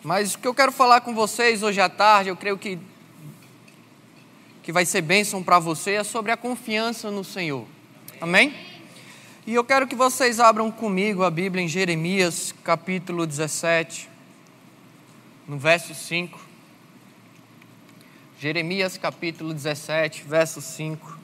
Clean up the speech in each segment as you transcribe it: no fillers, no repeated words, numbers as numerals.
Mas o que eu quero falar com vocês hoje à tarde, eu creio que vai ser bênção para você, é sobre a confiança no Senhor. Amém? E eu quero que vocês abram comigo a Bíblia em Jeremias, capítulo 17, no verso 5. Jeremias, capítulo 17, verso 5.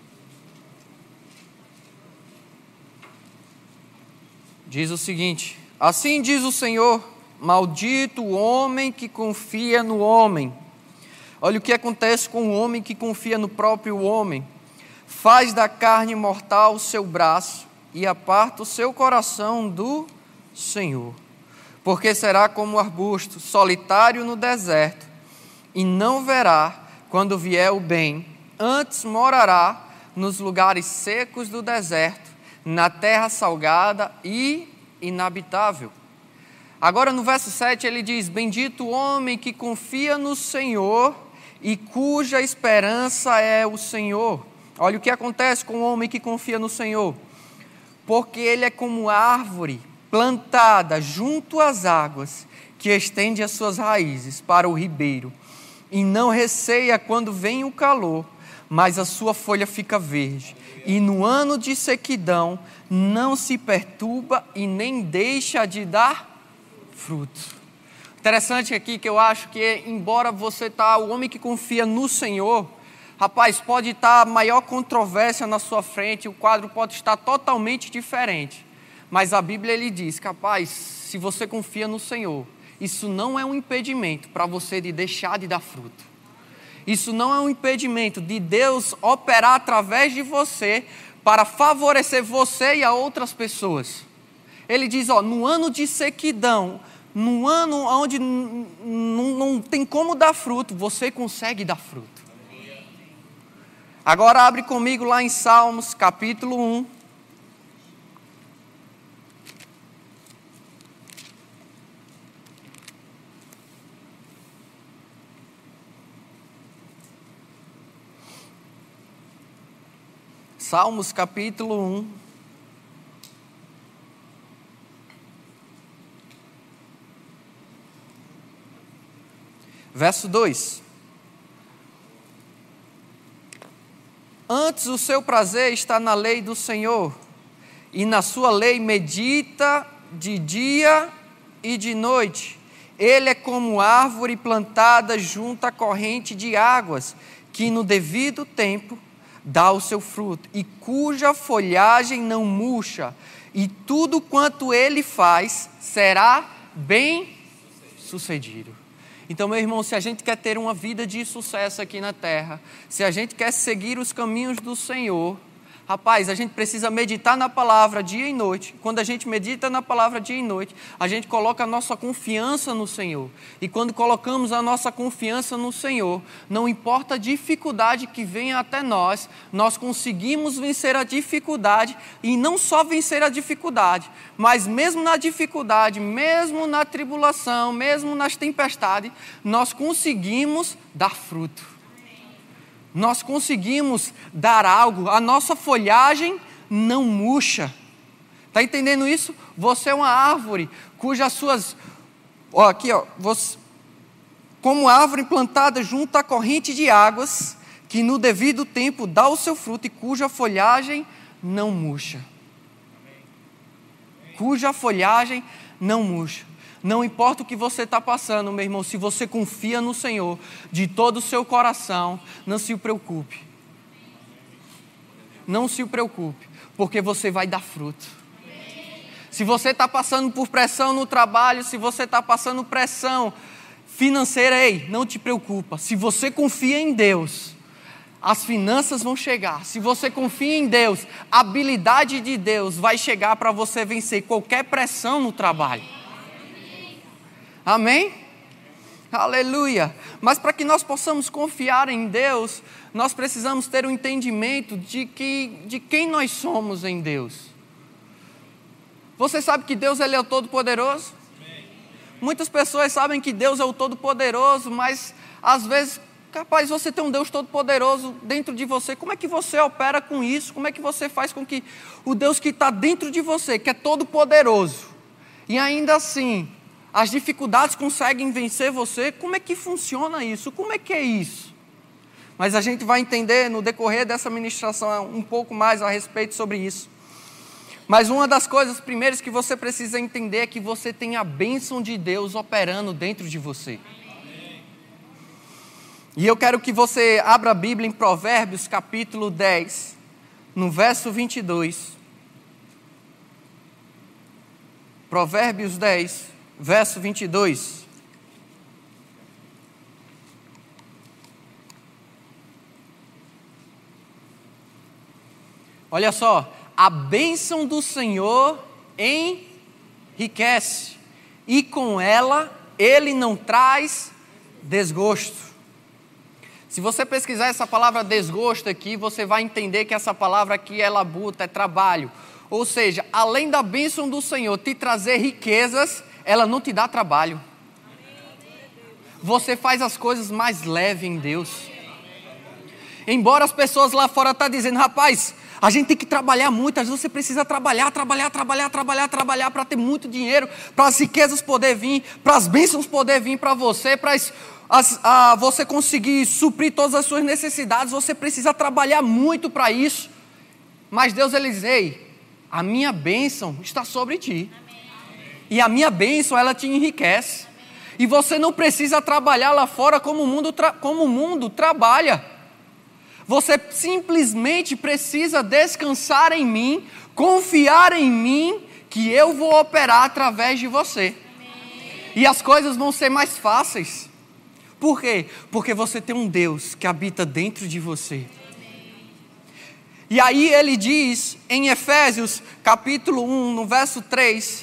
Diz o seguinte: assim diz o Senhor, maldito o homem que confia no homem. Olha o que acontece com o homem que confia no próprio homem. Faz da carne mortal o seu braço e aparta o seu coração do Senhor. Porque será como um arbusto solitário no deserto, e não verá quando vier o bem. Antes morará nos lugares secos do deserto, na terra salgada e inabitável. Agora no verso 7 ele diz: bendito o homem que confia no Senhor e cuja esperança é o Senhor. Olha o que acontece com o homem que confia no Senhor. Porque ele é como árvore plantada junto às águas, que estende as suas raízes para o ribeiro, e não receia quando vem o calor, mas a sua folha fica verde, e no ano de sequidão não se perturba e nem deixa de dar fruto. Interessante aqui que eu acho que, embora você o homem que confia no Senhor, rapaz, pode estar a maior controvérsia na sua frente, o quadro pode estar totalmente diferente, mas a Bíblia ele diz, rapaz, se você confia no Senhor, isso não é um impedimento para você de deixar de dar fruto. Isso não é um impedimento de Deus operar através de você para favorecer você e a outras pessoas. Ele diz, no ano de sequidão, no ano onde não tem como dar fruto, você consegue dar fruto. Agora abre comigo lá em Salmos, capítulo 1. Salmos, capítulo 1. Verso 2. Antes o seu prazer está na lei do Senhor, e na sua lei medita de dia e de noite. Ele é como árvore plantada junto à corrente de águas, que no devido tempo dá o seu fruto, e cuja folhagem não murcha, e tudo quanto ele faz será bem sucedido. Então, meu irmão, se a gente quer ter uma vida de sucesso aqui na terra, se a gente quer seguir os caminhos do Senhor, rapaz, a gente precisa meditar na palavra dia e noite. Quando a gente medita na palavra dia e noite, a gente coloca a nossa confiança no Senhor. E quando colocamos a nossa confiança no Senhor, não importa a dificuldade que venha até nós, nós conseguimos vencer a dificuldade, e não só vencer a dificuldade, mas mesmo na dificuldade, mesmo na tribulação, mesmo nas tempestades, nós conseguimos dar fruto. Nós conseguimos dar algo, a nossa folhagem não murcha. Está entendendo isso? Você é uma árvore cujas suas... como árvore plantada junto à corrente de águas, que no devido tempo dá o seu fruto e cuja folhagem não murcha. Cuja folhagem não murcha. Não importa o que você está passando, meu irmão, se você confia no Senhor de todo o seu coração, não se preocupe. Não se preocupe, porque você vai dar fruto. Se você está passando por pressão no trabalho, se você está passando pressão financeira, não te preocupa. Se você confia em Deus, as finanças vão chegar. Se você confia em Deus, a habilidade de Deus vai chegar para você vencer qualquer pressão no trabalho. Amém? Aleluia! Mas para que nós possamos confiar em Deus, nós precisamos ter um entendimento de quem nós somos em Deus. Você sabe que Deus ele é o Todo-Poderoso? Muitas pessoas sabem que Deus é o Todo-Poderoso, mas às vezes, capaz, você tem um Deus Todo-Poderoso dentro de você. Como é que você opera com isso? Como é que você faz com que o Deus que está dentro de você, que é Todo-Poderoso, e ainda assim As dificuldades conseguem vencer você. Como é que funciona isso? Como é que é isso? Mas a gente vai entender no decorrer dessa ministração um pouco mais a respeito sobre isso. Mas uma das coisas primeiras que você precisa entender é que você tem a bênção de Deus operando dentro de você. E eu quero que você abra a Bíblia em Provérbios capítulo 10, no verso 22. Provérbios 10, verso 22. Olha só, a bênção do Senhor enriquece, e com ela Ele não traz desgosto. Se você pesquisar essa palavra desgosto aqui, você vai entender que essa palavra aqui é labuta, é trabalho. Ou seja, além da bênção do Senhor te trazer riquezas, ela não te dá trabalho. Você faz as coisas mais leves em Deus. Embora as pessoas lá fora estão dizendo, rapaz, a gente tem que trabalhar muito, às vezes você precisa trabalhar para ter muito dinheiro, para as riquezas poder vir, para as bênçãos poder vir para você, para você conseguir suprir todas as suas necessidades, você precisa trabalhar muito para isso. Mas Deus, ele diz, ei, a minha bênção está sobre ti. E a minha bênção, ela te enriquece. E você não precisa trabalhar lá fora como o mundo trabalha. Você simplesmente precisa descansar em mim, confiar em mim, que eu vou operar através de você. E as coisas vão ser mais fáceis. Por quê? Porque você tem um Deus que habita dentro de você. E aí ele diz em Efésios capítulo 1, no verso 3,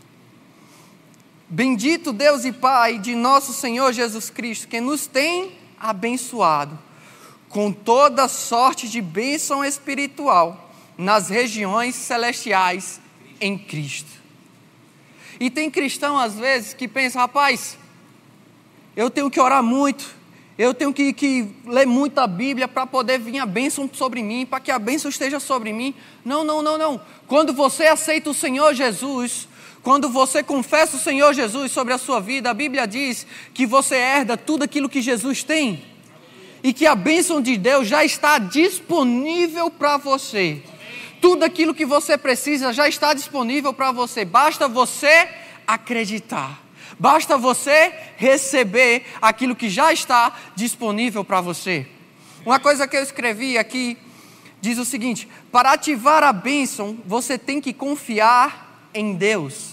bendito Deus e Pai de nosso Senhor Jesus Cristo, que nos tem abençoado com toda sorte de bênção espiritual nas regiões celestiais em Cristo. E tem cristão às vezes que pensa, rapaz, eu tenho que orar muito, eu tenho que ler muito a Bíblia para poder vir a bênção sobre mim, para que a bênção esteja sobre mim. Não. Quando você aceita o Senhor Jesus, quando você confessa o Senhor Jesus sobre a sua vida, a Bíblia diz que você herda tudo aquilo que Jesus tem. E que a bênção de Deus já está disponível para você. Tudo aquilo que você precisa já está disponível para você. Basta você acreditar. Basta você receber aquilo que já está disponível para você. Uma coisa que eu escrevi aqui diz o seguinte: para ativar a bênção, você tem que confiar em Deus.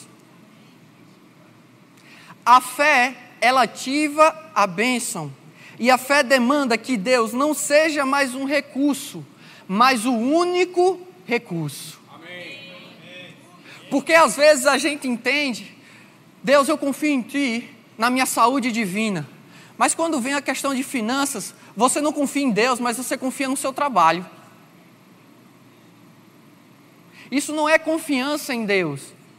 A fé, ela ativa a bênção. E a fé demanda que Deus não seja mais um recurso, mas o único recurso. Amém. Porque às vezes a gente entende, Deus, eu confio em Ti, na minha saúde divina. Mas quando vem a questão de finanças, você não confia em Deus, mas você confia no seu trabalho. Isso não é confiança em Deus.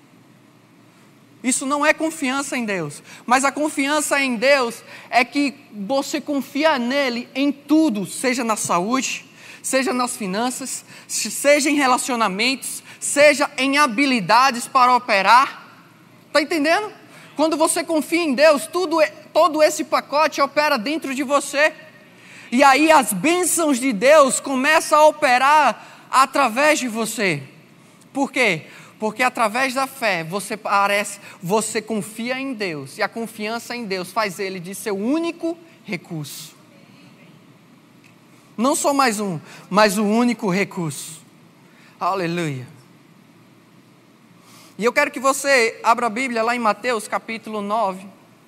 Isso não é confiança em Deus. Mas a confiança em Deus é que você confia nele em tudo, seja na saúde, seja nas finanças, seja em relacionamentos, seja em habilidades para operar. Está entendendo? Quando você confia em Deus, todo esse pacote opera dentro de você. E aí as bênçãos de Deus começam a operar através de você. Por quê? Porque através da fé você confia em Deus. E a confiança em Deus faz ele de seu único recurso. Não só mais um, mas o único recurso. Aleluia. E eu quero que você abra a Bíblia lá em Mateus capítulo 9.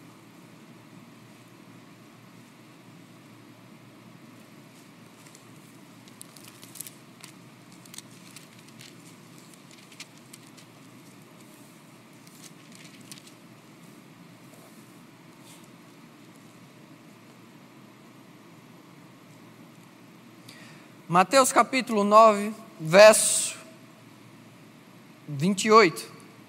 Mateus capítulo 9, verso 28.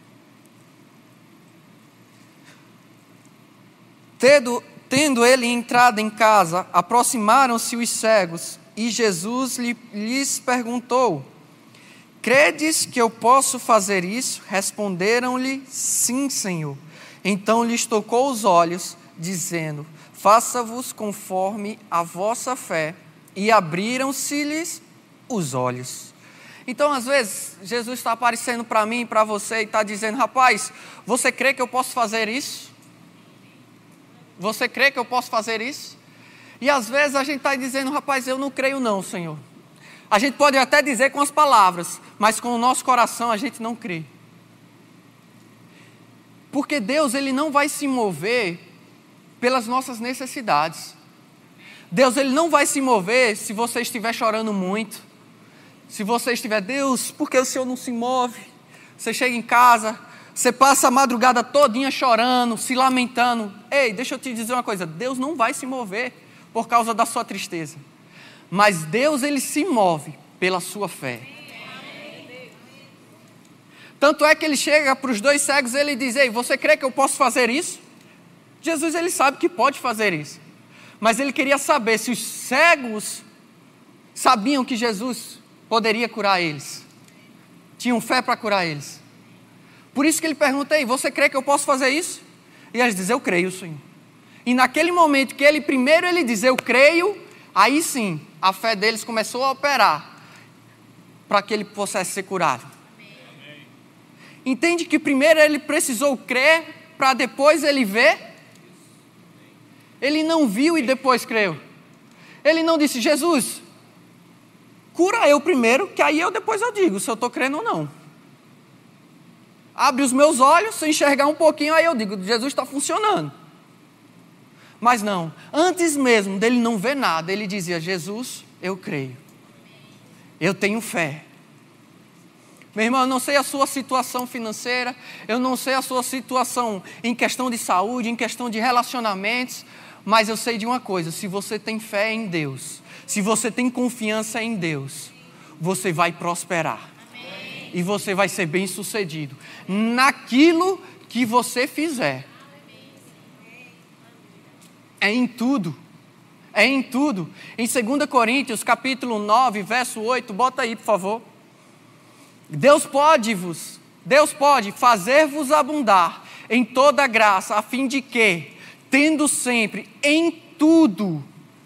Tendo ele entrado em casa, aproximaram-se os cegos, e Jesus lhes perguntou: credes que eu posso fazer isso? Responderam-lhe: sim, Senhor. Então lhes tocou os olhos, dizendo: faça-vos conforme a vossa fé. E abriram-se-lhes os olhos. Então, às vezes, Jesus está aparecendo para mim e para você e está dizendo: rapaz, você crê que eu posso fazer isso? Você crê que eu posso fazer isso? E às vezes a gente está dizendo: rapaz, eu não creio não, Senhor. A gente pode até dizer com as palavras, mas com o nosso coração a gente não crê. Porque Deus, Ele não vai se mover pelas nossas necessidades. Deus, Ele não vai se mover se você estiver chorando muito. Se você estiver: Deus, por que o Senhor não se move? Você chega em casa, você passa a madrugada todinha chorando, se lamentando. Ei, deixa eu te dizer uma coisa: Deus não vai se mover por causa da sua tristeza. Mas Deus, Ele se move pela sua fé. Tanto é que Ele chega para os 2 cegos e Ele diz: ei, você crê que eu posso fazer isso? Jesus, Ele sabe que pode fazer isso. Mas Ele queria saber se os cegos sabiam que Jesus poderia curar eles. Tinham fé para curar eles. Por isso que Ele pergunta: ei, você crê que eu posso fazer isso? E eles dizem: eu creio, Senhor. E naquele momento que Ele diz: eu creio, aí sim, a fé deles começou a operar para que ele pudesse ser curado. Amém. Entende que primeiro ele precisou crer para depois ele ver? Ele não viu e depois creu. Ele não disse: Jesus, cura eu primeiro, que aí depois eu digo se eu estou crendo ou não. Abre os meus olhos, se eu enxergar um pouquinho, aí eu digo: Jesus está funcionando. Mas não, antes mesmo dele não ver nada, ele dizia: Jesus, eu creio, eu tenho fé. Meu irmão, eu não sei a sua situação financeira, eu não sei a sua situação em questão de saúde, em questão de relacionamentos, mas eu sei de uma coisa: se você tem fé em Deus, se você tem confiança em Deus, você vai prosperar. Amém. E você vai ser bem sucedido naquilo que você fizer. É em tudo. É em tudo. Em 2 Coríntios, capítulo 9, verso 8, bota aí, por favor. Deus pode fazer-vos abundar em toda graça, a fim de que, tendo sempre em tudo,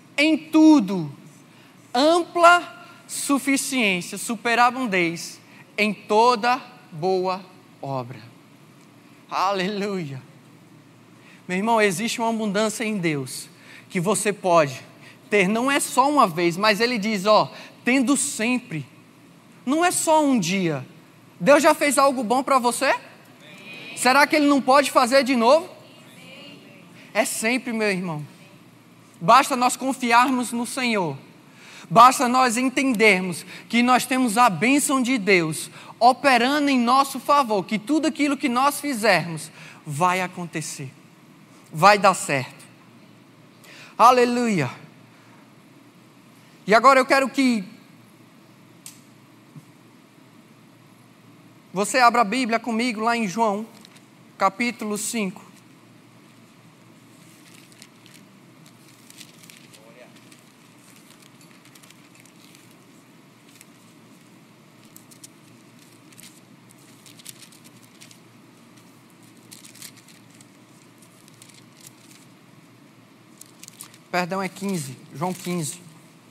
ampla suficiência, superabundez em toda boa obra. Aleluia. Meu irmão, existe uma abundância em Deus que você pode ter, não é só uma vez, mas Ele diz: tendo sempre. Não é só um dia. Deus já fez algo bom para você? Sim. Será que Ele não pode fazer de novo? Sim. É sempre, meu irmão. Basta nós confiarmos no Senhor. Basta nós entendermos que nós temos a bênção de Deus operando em nosso favor, que tudo aquilo que nós fizermos vai acontecer. Vai dar certo. Aleluia. E agora eu quero que você abra a Bíblia comigo lá em João, capítulo 5. Perdão, é 15, João 15.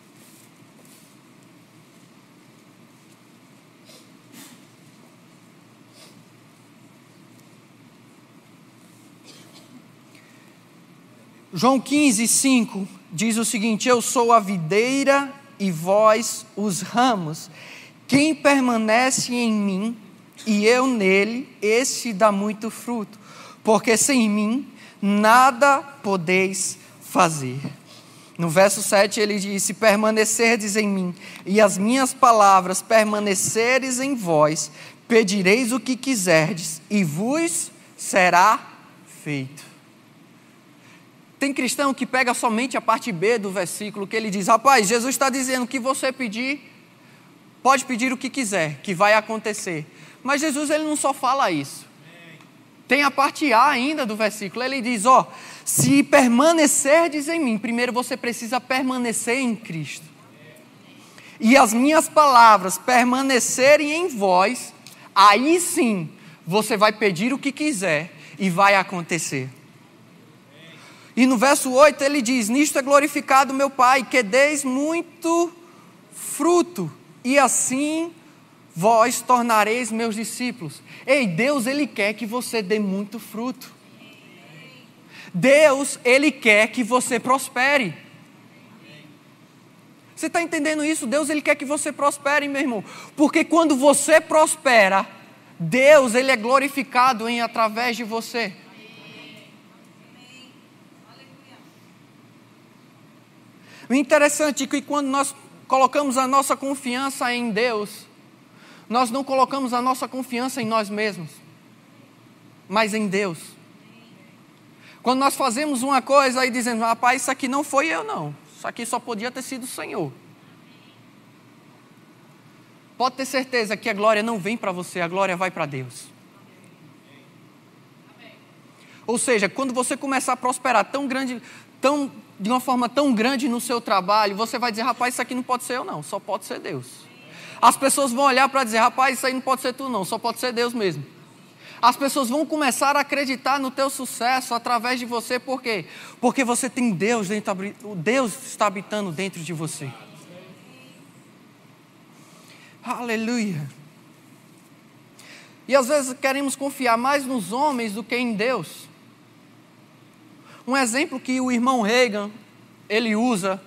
João 15, 5 diz o seguinte: eu sou a videira e vós os ramos. Quem permanece em mim e eu nele, esse dá muito fruto, porque sem mim nada podeis fazer. No verso 7 ele diz: se permanecerdes em mim e as minhas palavras permaneceres em vós, pedireis o que quiserdes e vos será feito. Tem cristão que pega somente a parte B do versículo, que ele diz: rapaz, Jesus está dizendo que você pedir, pode pedir o que quiser, que vai acontecer. Mas Jesus, ele não só fala isso. Tem a parte A ainda do versículo, ele diz: se permanecerdes em mim, primeiro você precisa permanecer em Cristo. E as minhas palavras permanecerem em vós, aí sim, você vai pedir o que quiser e vai acontecer. E no verso 8 ele diz: nisto é glorificado meu Pai, que deis muito fruto, e assim vós tornareis meus discípulos. Ei, Deus, Ele quer que você dê muito fruto. Deus, Ele quer que você prospere. Você está entendendo isso? Deus, Ele quer que você prospere, meu irmão. Porque quando você prospera, Deus, Ele é glorificado através de você. O interessante é que quando nós colocamos a nossa confiança em Deus, nós não colocamos a nossa confiança em nós mesmos, mas em Deus. Quando nós fazemos uma coisa e dizemos: rapaz, isso aqui não foi eu não, isso aqui só podia ter sido o Senhor. Pode ter certeza que a glória não vem para você, a glória vai para Deus. Ou seja, quando você começar a prosperar de uma forma tão grande no seu trabalho, você vai dizer: rapaz, isso aqui não pode ser eu não, só pode ser Deus. As pessoas vão olhar para dizer: rapaz, isso aí não pode ser tu não, só pode ser Deus mesmo. As pessoas vão começar a acreditar no teu sucesso através de você. Por quê? Porque você tem Deus dentro, Deus está habitando dentro de você. Aleluia. E às vezes queremos confiar mais nos homens do que em Deus. Um exemplo que o irmão Reagan, ele usa,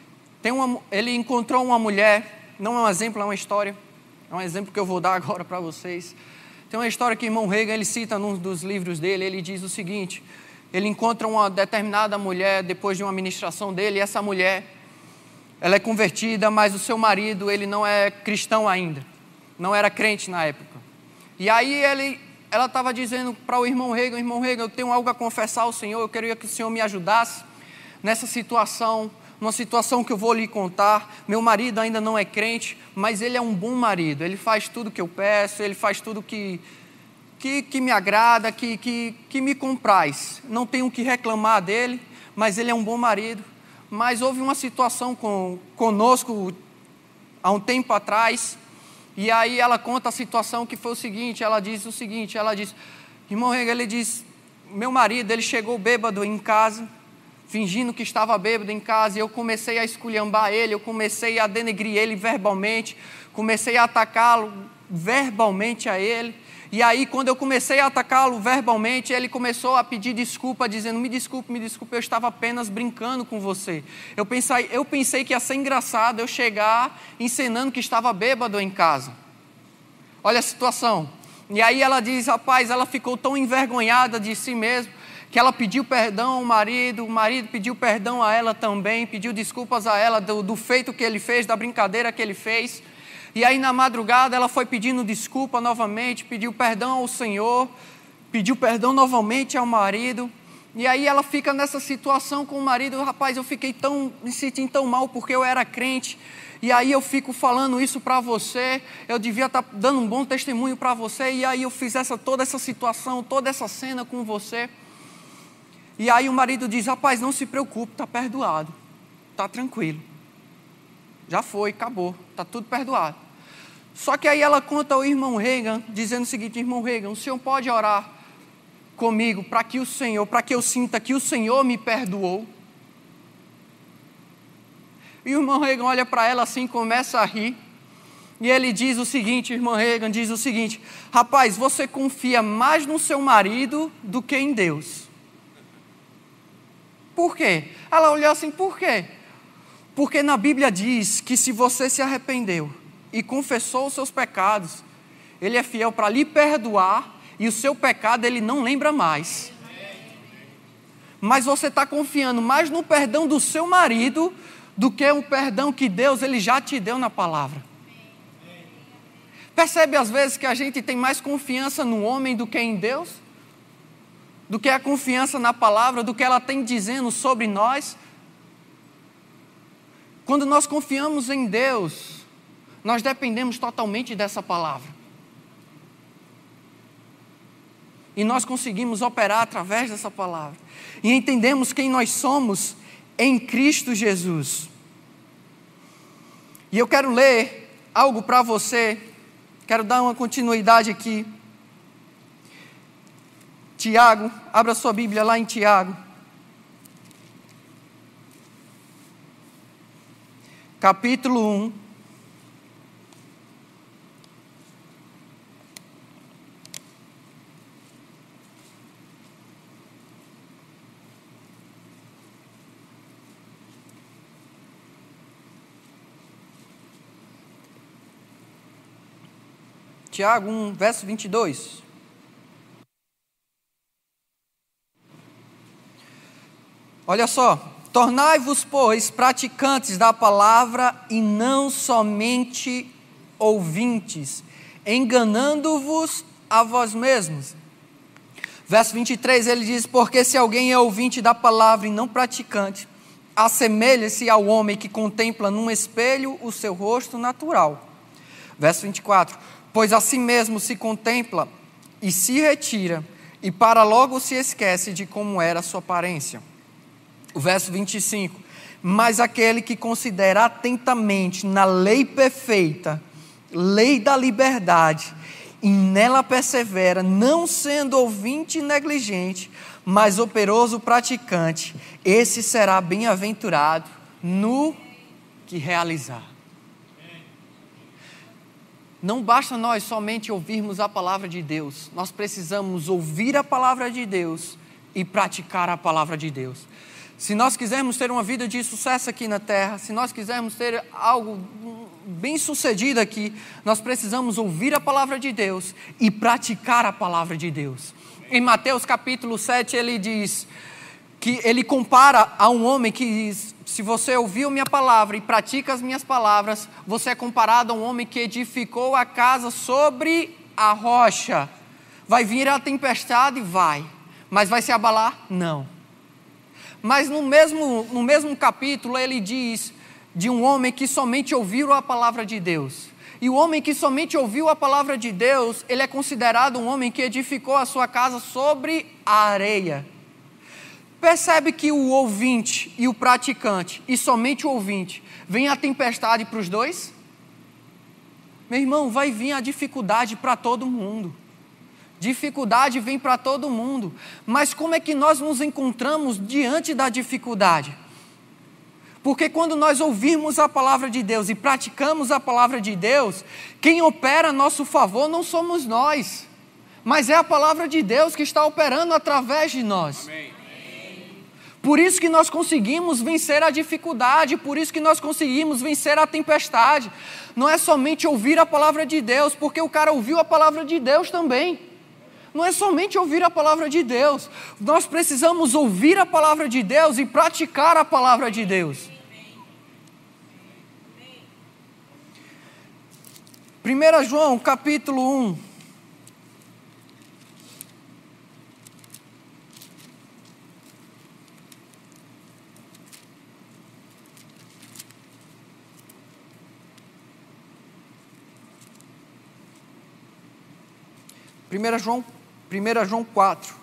ele encontrou uma mulher, não é um exemplo, é uma história, é um exemplo que eu vou dar agora para vocês. Tem uma história que o irmão Reagan, ele cita num dos livros dele, ele diz o seguinte: ele encontra uma determinada mulher depois de uma ministração dele, e essa mulher, ela é convertida, mas o seu marido, ele não é cristão ainda, não era crente na época. E aí ela estava dizendo para o irmão Reagan: eu tenho algo a confessar ao Senhor, eu queria que o Senhor me ajudasse nessa situação, uma situação que eu vou lhe contar. Meu marido ainda não é crente, mas ele é um bom marido, ele faz tudo que eu peço, ele faz tudo que me agrada, que me compraz. Não tenho o que reclamar dele, mas ele é um bom marido. Mas houve uma situação conosco há um tempo atrás, e aí ela conta a situação que foi o seguinte, ela diz: irmão Reagan, ele diz, meu marido, ele chegou bêbado em casa, fingindo que estava bêbado em casa, e eu comecei a esculhambar ele, eu comecei a denegrir ele verbalmente, comecei a atacá-lo verbalmente a ele. E aí, quando eu comecei a atacá-lo verbalmente, ele começou a pedir desculpa, dizendo: me desculpe, eu estava apenas brincando com você. Eu pensei que ia ser engraçado eu chegar encenando que estava bêbado em casa. Olha a situação. E aí ela diz: rapaz, ela ficou tão envergonhada de si mesma, que ela pediu perdão ao marido, o marido pediu perdão a ela também, pediu desculpas a ela do feito que ele fez, da brincadeira que ele fez. E aí na madrugada ela foi pedindo desculpa novamente, pediu perdão ao Senhor, pediu perdão novamente ao marido. E aí ela fica nessa situação com o marido: rapaz, eu me senti tão mal porque eu era crente, e aí eu fico falando isso para você, eu devia estar dando um bom testemunho para você, e aí eu fiz toda essa situação, toda essa cena com você. E aí o marido diz: rapaz, não se preocupe, está perdoado, está tranquilo. Já foi, acabou, está tudo perdoado. Só que aí ela conta ao irmão Reagan, dizendo o seguinte: irmão Reagan, o senhor pode orar comigo para que eu sinta que o Senhor me perdoou? E o irmão Reagan olha para ela assim, começa a rir. E ele diz o seguinte, o irmão Reagan diz o seguinte: rapaz, você confia mais no seu marido do que em Deus. Por quê? Ela olhou assim: por quê? Porque na Bíblia diz que se você se arrependeu e confessou os seus pecados, Ele é fiel para lhe perdoar, e o seu pecado Ele não lembra mais. Mas você está confiando mais no perdão do seu marido do que o perdão que Deus Ele já te deu na palavra. Percebe às vezes que a gente tem mais confiança no homem do que em Deus? Do que a confiança na palavra, do que ela tem dizendo sobre nós? Quando nós confiamos em Deus, nós dependemos totalmente dessa palavra. E nós conseguimos operar através dessa palavra. E entendemos quem nós somos em Cristo Jesus. E eu quero ler algo para você, quero dar uma continuidade aqui. Tiago, abra sua Bíblia lá em Tiago. Capítulo 1. Tiago 1, verso 22. Olha só. Tornai-vos, pois, praticantes da palavra e não somente ouvintes, enganando-vos a vós mesmos. Verso 23, ele diz: porque se alguém é ouvinte da palavra e não praticante, assemelha-se ao homem que contempla num espelho o seu rosto natural. Verso 24, pois a si mesmo se contempla e se retira, e para logo se esquece de como era a sua aparência. O verso 25, mas aquele que considera atentamente na lei perfeita, lei da liberdade, e nela persevera, não sendo ouvinte negligente, mas operoso praticante, esse será bem-aventurado no que realizar. Não basta nós somente ouvirmos a palavra de Deus, nós precisamos ouvir a palavra de Deus e praticar a palavra de Deus. Se nós quisermos ter uma vida de sucesso aqui na terra, se nós quisermos ter algo bem sucedido aqui, nós precisamos ouvir a palavra de Deus e praticar a palavra de Deus. Em Mateus capítulo 7, ele diz que ele compara a um homem que diz: se você ouviu minha palavra e pratica as minhas palavras, você é comparado a um homem que edificou a casa sobre a rocha. Vai vir a tempestade? Vai. Mas vai se abalar? Não. Mas no mesmo capítulo ele diz de um homem que somente ouviu a palavra de Deus. E o homem que somente ouviu a palavra de Deus, ele é considerado um homem que edificou a sua casa sobre a areia. Percebe que o ouvinte e o praticante, e somente o ouvinte, vem a tempestade para os dois? Meu irmão, vai vir a dificuldade para todo mundo. Dificuldade vem para todo mundo, mas como é que nós nos encontramos diante da dificuldade? Porque quando nós ouvirmos a palavra de Deus e praticamos a palavra de Deus, quem opera a nosso favor não somos nós, mas é a palavra de Deus que está operando através de nós. Amém. Por isso que nós conseguimos vencer a dificuldade, por isso que nós conseguimos vencer a tempestade. Não é somente ouvir a palavra de Deus, porque o cara ouviu a palavra de Deus também. Não é somente ouvir a palavra de Deus, nós precisamos ouvir a palavra de Deus e praticar a palavra de Deus. 1 João capítulo 1. Primeira João 4.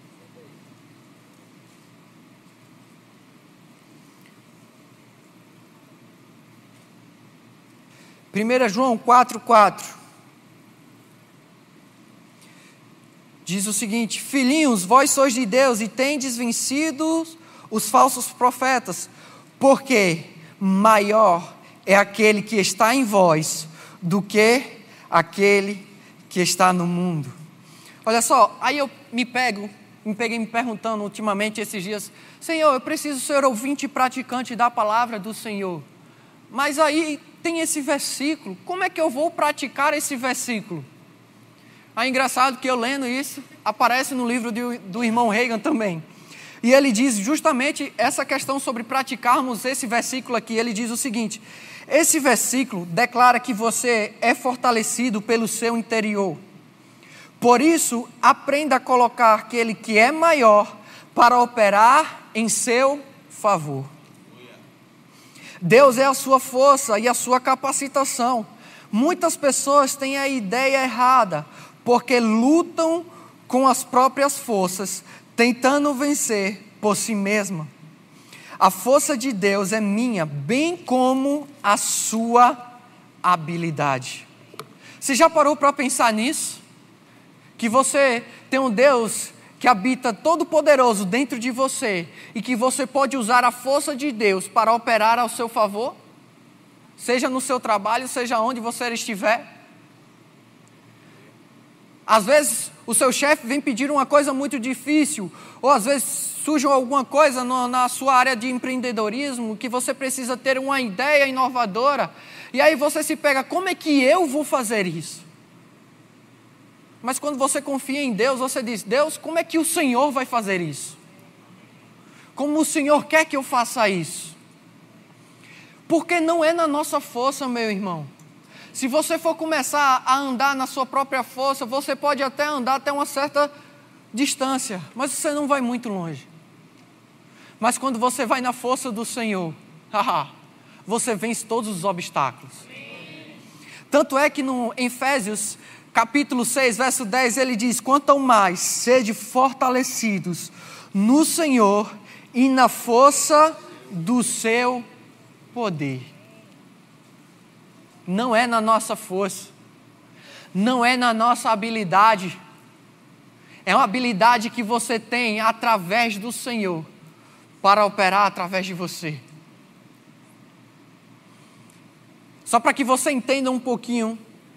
Primeira João 4:4. Diz o seguinte: filhinhos, vós sois de Deus e tendes vencido os falsos profetas, porque maior é aquele que está em vós do que aquele que está no mundo. Olha só, aí eu me peguei me perguntando ultimamente esses dias: Senhor, eu preciso ser ouvinte e praticante da palavra do Senhor, mas aí tem esse versículo, como é que eu vou praticar esse versículo? É engraçado que eu lendo isso, aparece no livro do irmão Reagan também, e ele diz justamente essa questão sobre praticarmos esse versículo aqui. Ele diz o seguinte: esse versículo declara que você é fortalecido pelo seu interior. Por isso, aprenda a colocar aquele que é maior para operar em seu favor. Deus é a sua força e a sua capacitação. Muitas pessoas têm a ideia errada, porque lutam com as próprias forças, tentando vencer por si mesma. A força de Deus é minha, bem como a sua habilidade. Você já parou para pensar nisso? Que você tem um Deus que habita Todo-Poderoso dentro de você e que você pode usar a força de Deus para operar ao seu favor? Seja no seu trabalho, seja onde você estiver. Às vezes o seu chefe vem pedir uma coisa muito difícil, ou às vezes surge alguma coisa na sua área de empreendedorismo que você precisa ter uma ideia inovadora, e aí você se pega, como é que eu vou fazer isso? Mas quando você confia em Deus, você diz, Deus, como é que o Senhor vai fazer isso? Como o Senhor quer que eu faça isso? Porque não é na nossa força, meu irmão. Se você for começar a andar na sua própria força, você pode até andar até uma certa distância, mas você não vai muito longe. Mas quando você vai na força do Senhor, você vence todos os obstáculos. Tanto é que no Efésios capítulo 6, verso 10, ele diz, quanto ao mais, sede fortalecidos no Senhor e na força do seu poder. Não é na nossa força, não é na nossa habilidade, é uma habilidade que você tem através do Senhor, para operar através de você. Só para que você entenda um pouquinho,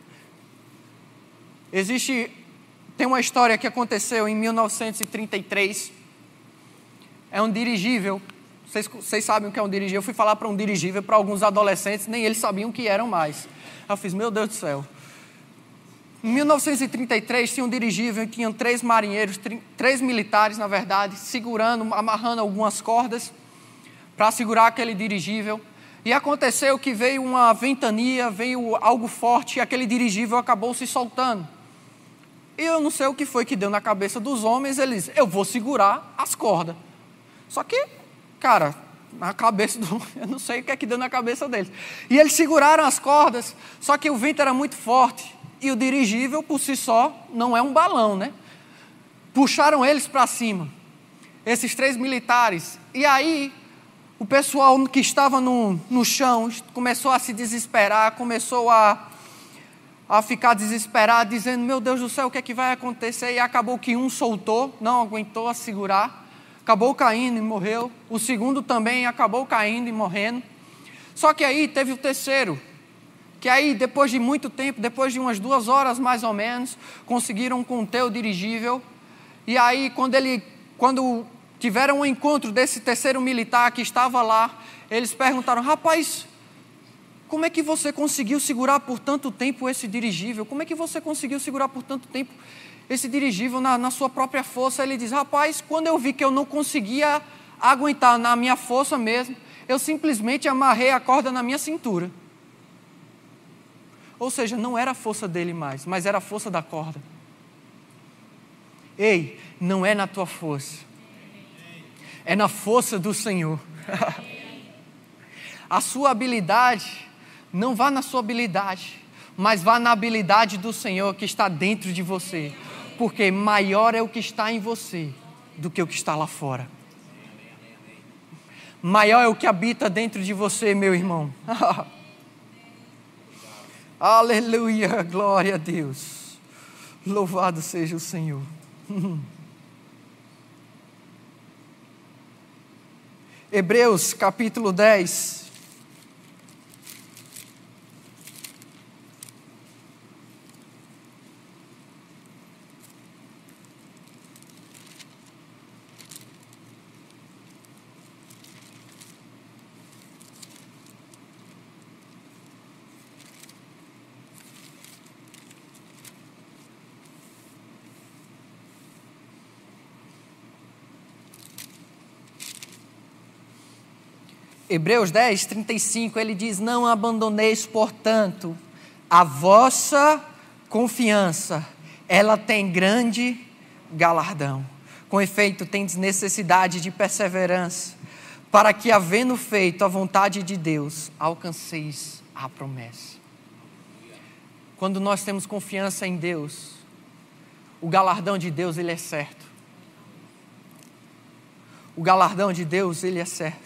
tem uma história que aconteceu em 1933, é um dirigível, vocês sabem o que é um dirigível, eu fui falar para um dirigível, para alguns adolescentes, nem eles sabiam o que eram mais. Eu fiz, meu Deus do céu. Em 1933 tinha um dirigível, tinham 3 marinheiros, 3 militares na verdade, segurando, amarrando algumas cordas, para segurar aquele dirigível. E aconteceu que veio uma ventania, veio algo forte, e aquele dirigível acabou se soltando. E eu não sei o que foi que deu na cabeça dos homens, eles, eu vou segurar as cordas. Só que, cara, na cabeça eu não sei o que é que deu na cabeça deles. E eles seguraram as cordas, só que o vento era muito forte. E o dirigível, por si só, não é um balão, né? Puxaram eles para cima, esses 3 militares. E aí, o pessoal que estava no chão começou a se desesperar, começou a ficar desesperado, dizendo, meu Deus do céu, o que é que vai acontecer? E acabou que um soltou, não aguentou a segurar, acabou caindo e morreu. O segundo também acabou caindo e morrendo. Só que aí teve o terceiro, que aí depois de muito tempo, depois de umas 2 horas mais ou menos, conseguiram conter o dirigível. E aí quando tiveram um encontro desse terceiro militar que estava lá, eles perguntaram, rapaz, como é que você conseguiu segurar por tanto tempo esse dirigível? Como é que você conseguiu segurar por tanto tempo esse dirigível na sua própria força? Ele diz, rapaz, quando eu vi que eu não conseguia aguentar na minha força mesmo, eu simplesmente amarrei a corda na minha cintura. Ou seja, não era a força dele mais, mas era a força da corda. Ei, não é na tua força, é na força do Senhor. A sua habilidade, não vá na sua habilidade, mas vá na habilidade do Senhor que está dentro de você, porque maior é o que está em você do que o que está lá fora. Maior é o que habita dentro de você, meu irmão. Aleluia, glória a Deus. Louvado seja o Senhor. Hebreus capítulo 10. Hebreus 10, 35, ele diz, não abandoneis, portanto, a vossa confiança, ela tem grande galardão. Com efeito, tendes necessidade de perseverança, para que, havendo feito a vontade de Deus, alcanceis a promessa. Quando nós temos confiança em Deus, o galardão de Deus, ele é certo. O galardão de Deus, ele é certo.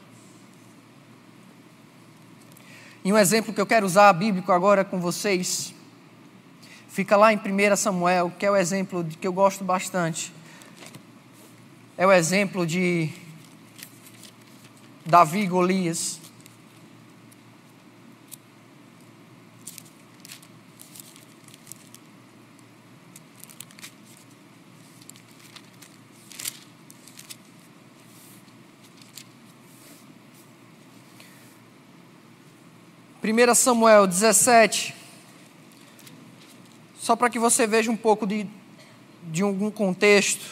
E um exemplo que eu quero usar bíblico agora com vocês, fica lá em 1 Samuel, que é o exemplo que eu gosto bastante. é o exemplo de Davi e Golias. Primeira Samuel 17, só para que você veja um pouco de algum contexto.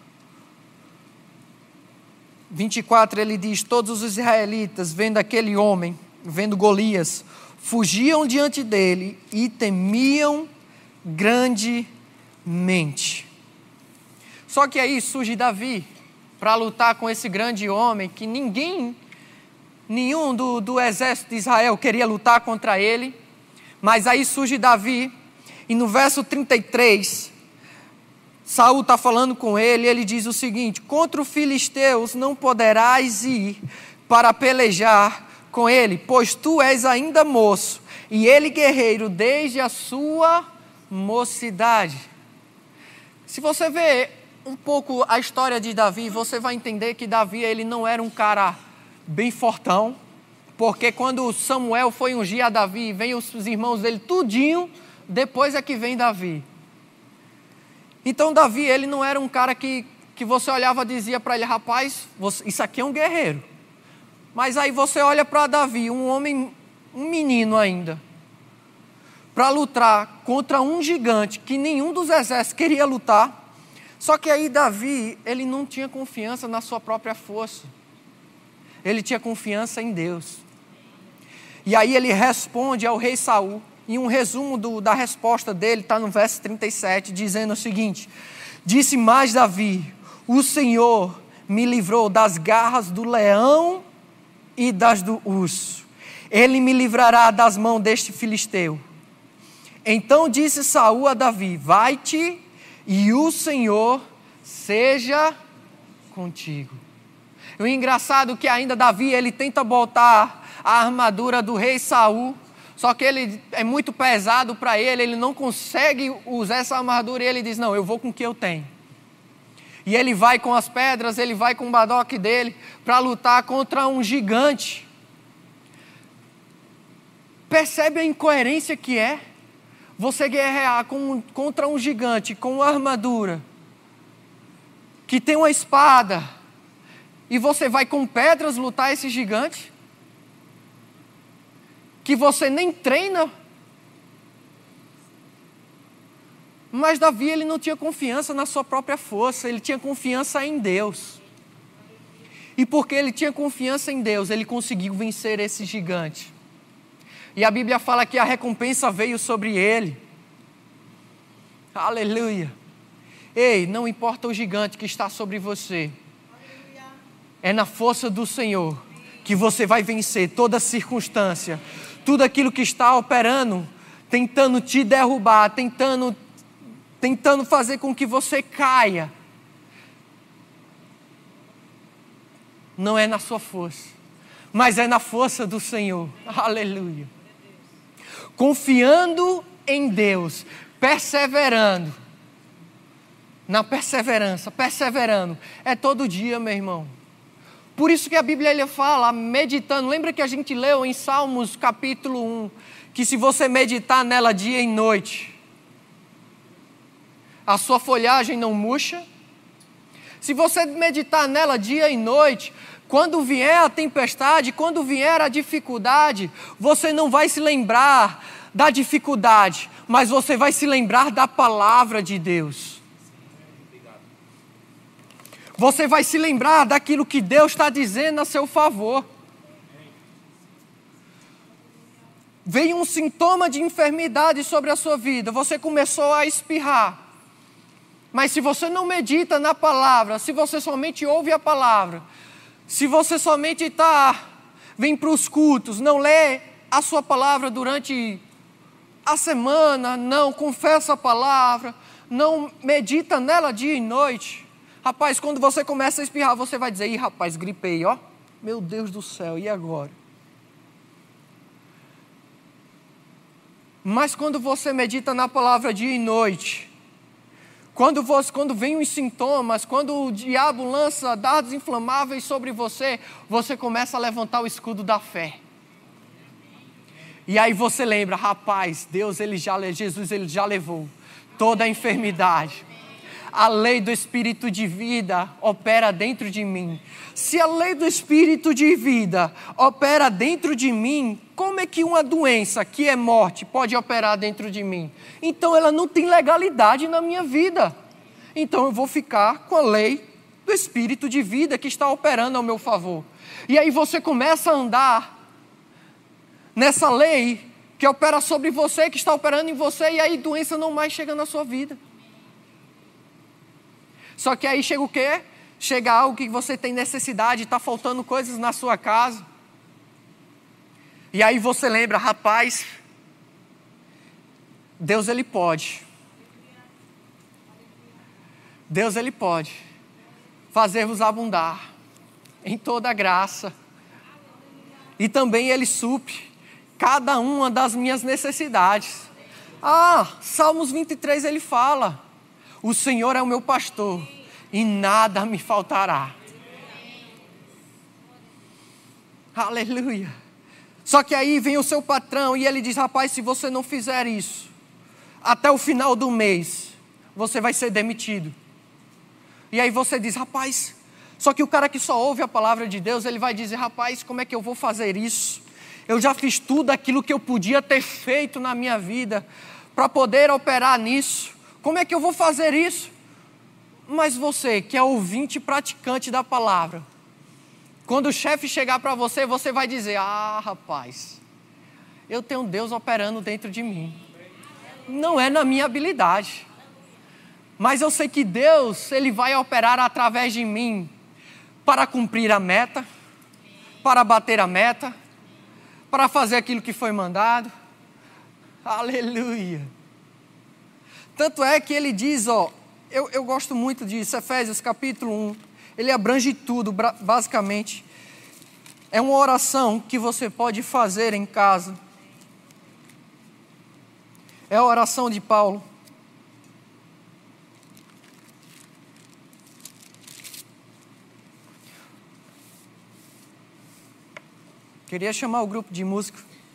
24 ele diz: todos os israelitas, vendo aquele homem, vendo Golias, fugiam diante dele e temiam grandemente. Só que aí surge Davi para lutar com esse grande homem que nenhum do exército de Israel queria lutar contra ele. Mas aí surge Davi, e no verso 33, Saul está falando com ele, e ele diz o seguinte: contra os filisteus não poderás ir para pelejar com ele, pois tu és ainda moço, e ele guerreiro desde a sua mocidade. Se você ver um pouco a história de Davi, você vai entender que Davi ele não era um cara bem fortão, porque quando Samuel foi ungir a Davi, vem os irmãos dele tudinho, depois é que vem Davi. Então Davi, ele não era um cara que você olhava e dizia para ele: rapaz, isso aqui é um guerreiro. Mas aí você olha para Davi, um homem, um menino ainda, para lutar contra um gigante que nenhum dos exércitos queria lutar. Só que aí Davi, ele não tinha confiança na sua própria força. Ele tinha confiança em Deus. E aí ele responde ao rei Saul, e um resumo da resposta dele está no verso 37, dizendo o seguinte: disse mais Davi: o Senhor me livrou das garras do leão e das do urso. Ele me livrará das mãos deste filisteu. Então disse Saul a Davi: vai-te e o Senhor seja contigo. O engraçado é que ainda Davi, ele tenta botar a armadura do rei Saul, só que ele é muito pesado para ele não consegue usar essa armadura, e ele diz: não, eu vou com o que eu tenho. E ele vai com as pedras, ele vai com o badoque dele para lutar contra um gigante. Percebe a incoerência que é? Você guerrear contra um gigante com uma armadura, que tem uma espada, e você vai com pedras lutar esse gigante, que você nem treina. Mas Davi, ele não tinha confiança na sua própria força, ele tinha confiança em Deus. E porque ele tinha confiança em Deus, ele conseguiu vencer esse gigante. E a Bíblia fala que a recompensa veio sobre ele. Aleluia. Ei, não importa o gigante que está sobre você, é na força do Senhor que você vai vencer toda circunstância, tudo aquilo que está operando, tentando te derrubar, tentando fazer com que você caia. Não é na sua força, mas é na força do Senhor. Aleluia. Confiando em Deus, perseverando. Na perseverança, perseverando. É todo dia, meu irmão. Por isso que a Bíblia ele fala, meditando. Lembra que a gente leu em Salmos capítulo 1, que se você meditar nela dia e noite, a sua folhagem não murcha? Se você meditar nela dia e noite, quando vier a tempestade, quando vier a dificuldade, você não vai se lembrar da dificuldade, mas você vai se lembrar da palavra de Deus. Você vai se lembrar daquilo que Deus está dizendo a seu favor. Veio um sintoma de enfermidade sobre a sua vida, você começou a espirrar. Mas se você não medita na palavra, se você somente ouve a palavra, se você somente vem para os cultos, não lê a sua palavra durante a semana, não confessa a palavra, não medita nela dia e noite, rapaz, quando você começa a espirrar, você vai dizer: ih, rapaz, gripei, ó. Meu Deus do céu, e agora? Mas quando você medita na palavra dia e noite, Quando vem os sintomas, quando o diabo lança dardos inflamáveis sobre você, você começa a levantar o escudo da fé. E aí você lembra, rapaz, Jesus ele já levou toda a enfermidade. A lei do Espírito de vida opera dentro de mim. Se a lei do Espírito de vida opera dentro de mim, como é que uma doença que é morte pode operar dentro de mim? Então ela não tem legalidade na minha vida. Então eu vou ficar com a lei do Espírito de vida que está operando ao meu favor. E aí você começa a andar nessa lei que opera sobre você, que está operando em você, e aí doença não mais chega na sua vida. Só que aí chega o quê? Chega algo que você tem necessidade, está faltando coisas na sua casa. E aí você lembra, rapaz, Deus ele pode. Deus ele pode fazer-vos abundar em toda graça. E também ele supre cada uma das minhas necessidades. Salmos 23 ele fala: o Senhor é o meu pastor e nada me faltará. Aleluia. Só que aí vem o seu patrão e ele diz: rapaz, se você não fizer isso, até o final do mês, você vai ser demitido. E aí você diz: rapaz, só que o cara que só ouve a palavra de Deus, ele vai dizer: rapaz, como é que eu vou fazer isso? Eu já fiz tudo aquilo que eu podia ter feito na minha vida para poder operar nisso. Como é que eu vou fazer isso? Mas você, que é ouvinte e praticante da palavra, quando o chefe chegar para você, você vai dizer: rapaz, eu tenho Deus operando dentro de mim. Não é na minha habilidade, mas eu sei que Deus, ele vai operar através de mim para cumprir a meta, para bater a meta, para fazer aquilo que foi mandado. Aleluia. Tanto é que ele diz, eu gosto muito disso, Efésios capítulo 1, ele abrange tudo, basicamente. É uma oração que você pode fazer em casa. É a oração de Paulo. Queria chamar o grupo de música.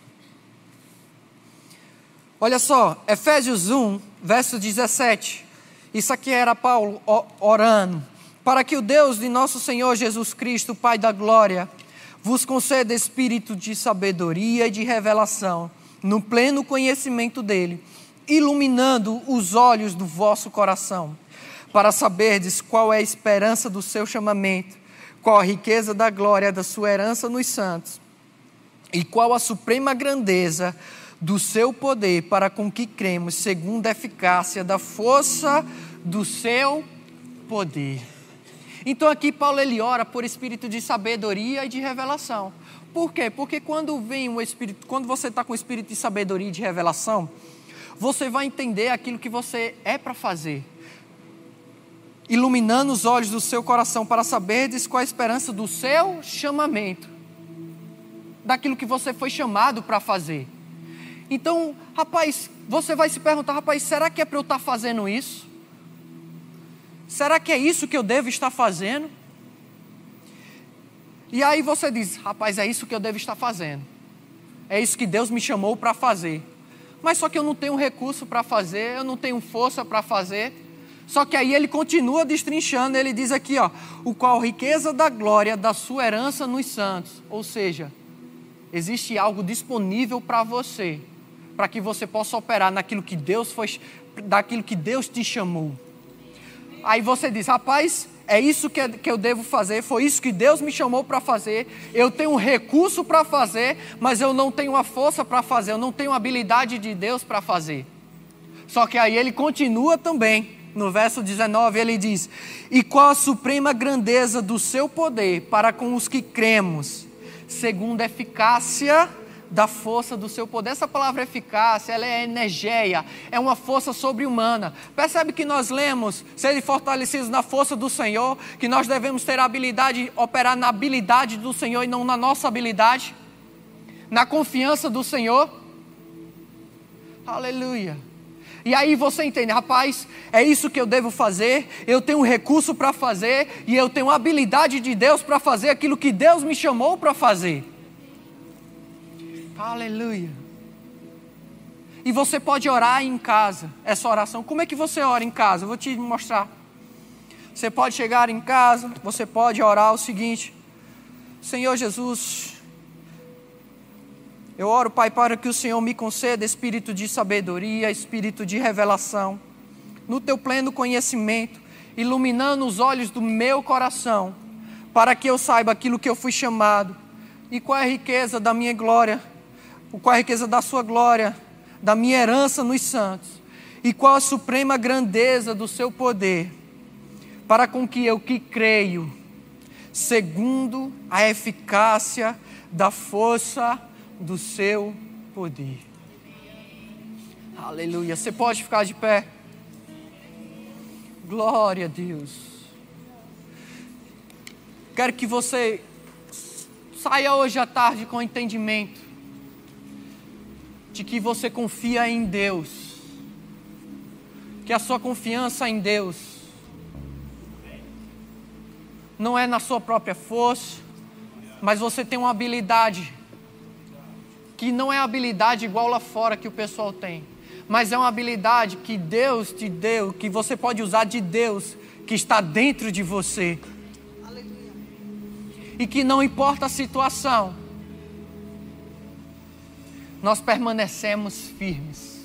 Olha só, Efésios 1, verso 17. Isso aqui era Paulo orando. Para que o Deus de nosso Senhor Jesus Cristo, Pai da glória, vos conceda espírito de sabedoria e de revelação, no pleno conhecimento dele, iluminando os olhos do vosso coração, para saberdes qual é a esperança do seu chamamento, qual a riqueza da glória da sua herança nos santos, e qual a suprema grandeza do seu poder para com que cremos, segundo a eficácia da força do seu poder. Então aqui Paulo ele ora por espírito de sabedoria e de revelação. Por quê? Porque quando você está com o espírito de sabedoria e de revelação, você vai entender aquilo que você é para fazer, iluminando os olhos do seu coração para saberdes qual a esperança do seu chamamento, daquilo que você foi chamado para fazer. Então, rapaz, você vai se perguntar: rapaz, será que é para eu estar fazendo isso? Será que é isso que eu devo estar fazendo? E aí você diz: rapaz, é isso que eu devo estar fazendo. É isso que Deus me chamou para fazer. Mas só que eu não tenho recurso para fazer, eu não tenho força para fazer. Só que aí ele continua destrinchando, ele diz aqui, o qual riqueza da glória da sua herança nos santos. Ou seja, existe algo disponível para você, para que você possa operar naquilo que daquilo que Deus te chamou. Aí você diz: rapaz, é isso que eu devo fazer, foi isso que Deus me chamou para fazer, eu tenho um recurso para fazer, mas eu não tenho a força para fazer, eu não tenho a habilidade de Deus para fazer. Só que aí ele continua também, no verso 19, ele diz: e qual a suprema grandeza do seu poder para com os que cremos, segundo a eficácia da força do seu poder. Essa palavra eficácia, ela é energia, é uma força sobre-humana. Percebe que nós lemos: sede fortalecidos na força do Senhor, que nós devemos ter a habilidade, operar na habilidade do Senhor e não na nossa habilidade, na confiança do Senhor. Aleluia. E aí você entende, rapaz, é isso que eu devo fazer, eu tenho um recurso para fazer, e eu tenho a habilidade de Deus para fazer aquilo que Deus me chamou para fazer. Aleluia. E você pode orar em casa, essa oração. Como é que você ora em casa? Eu vou te mostrar. Você pode chegar em casa, você pode orar o seguinte: Senhor Jesus, eu oro, Pai, para que o Senhor me conceda espírito de sabedoria, espírito de revelação, no teu pleno conhecimento, iluminando os olhos do meu coração, para que eu saiba aquilo que eu fui chamado, e qual é a riqueza da minha glória, qual é a riqueza da sua glória, da minha herança nos santos, e qual a suprema grandeza do seu poder, para com que eu que creio, segundo a eficácia da força do seu poder. Aleluia. Você pode ficar de pé. Glória a Deus. Quero que você saia hoje à tarde com entendimento de que você confia em Deus, que a sua confiança em Deus não é na sua própria força, mas você tem uma habilidade que não é habilidade igual lá fora que o pessoal tem, mas é uma habilidade que Deus te deu, que você pode usar de Deus, que está dentro de você. Aleluia. E que não importa a situação, nós permanecemos firmes.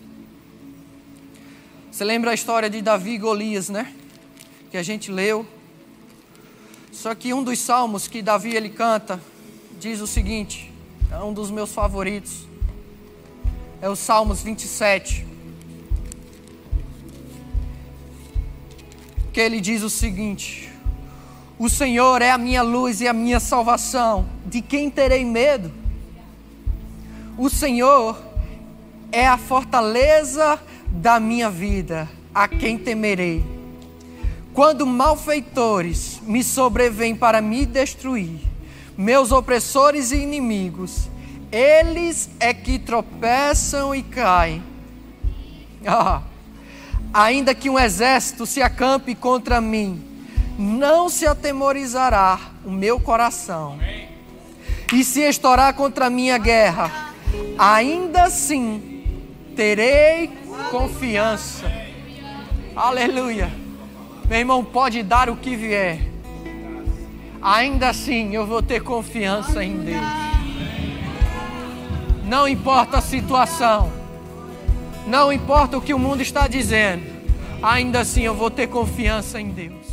Você lembra a história de Davi e Golias, né? Que a gente leu. Só que um dos salmos que Davi ele canta diz o seguinte: é um dos meus favoritos, é o Salmos 27, que ele diz o seguinte: o Senhor é a minha luz e a minha salvação, de quem terei medo? O Senhor é a fortaleza da minha vida, a quem temerei? Quando malfeitores me sobrevêm para me destruir, meus opressores e inimigos, eles é que tropeçam e caem. Ainda que um exército se acampe contra mim, não se atemorizará o meu coração. E se estourar contra mim a guerra, ainda assim terei confiança. Aleluia. Meu irmão, pode dar o que vier, ainda assim eu vou ter confiança em Deus. Não importa a situação, não importa o que o mundo está dizendo, ainda assim eu vou ter confiança em Deus.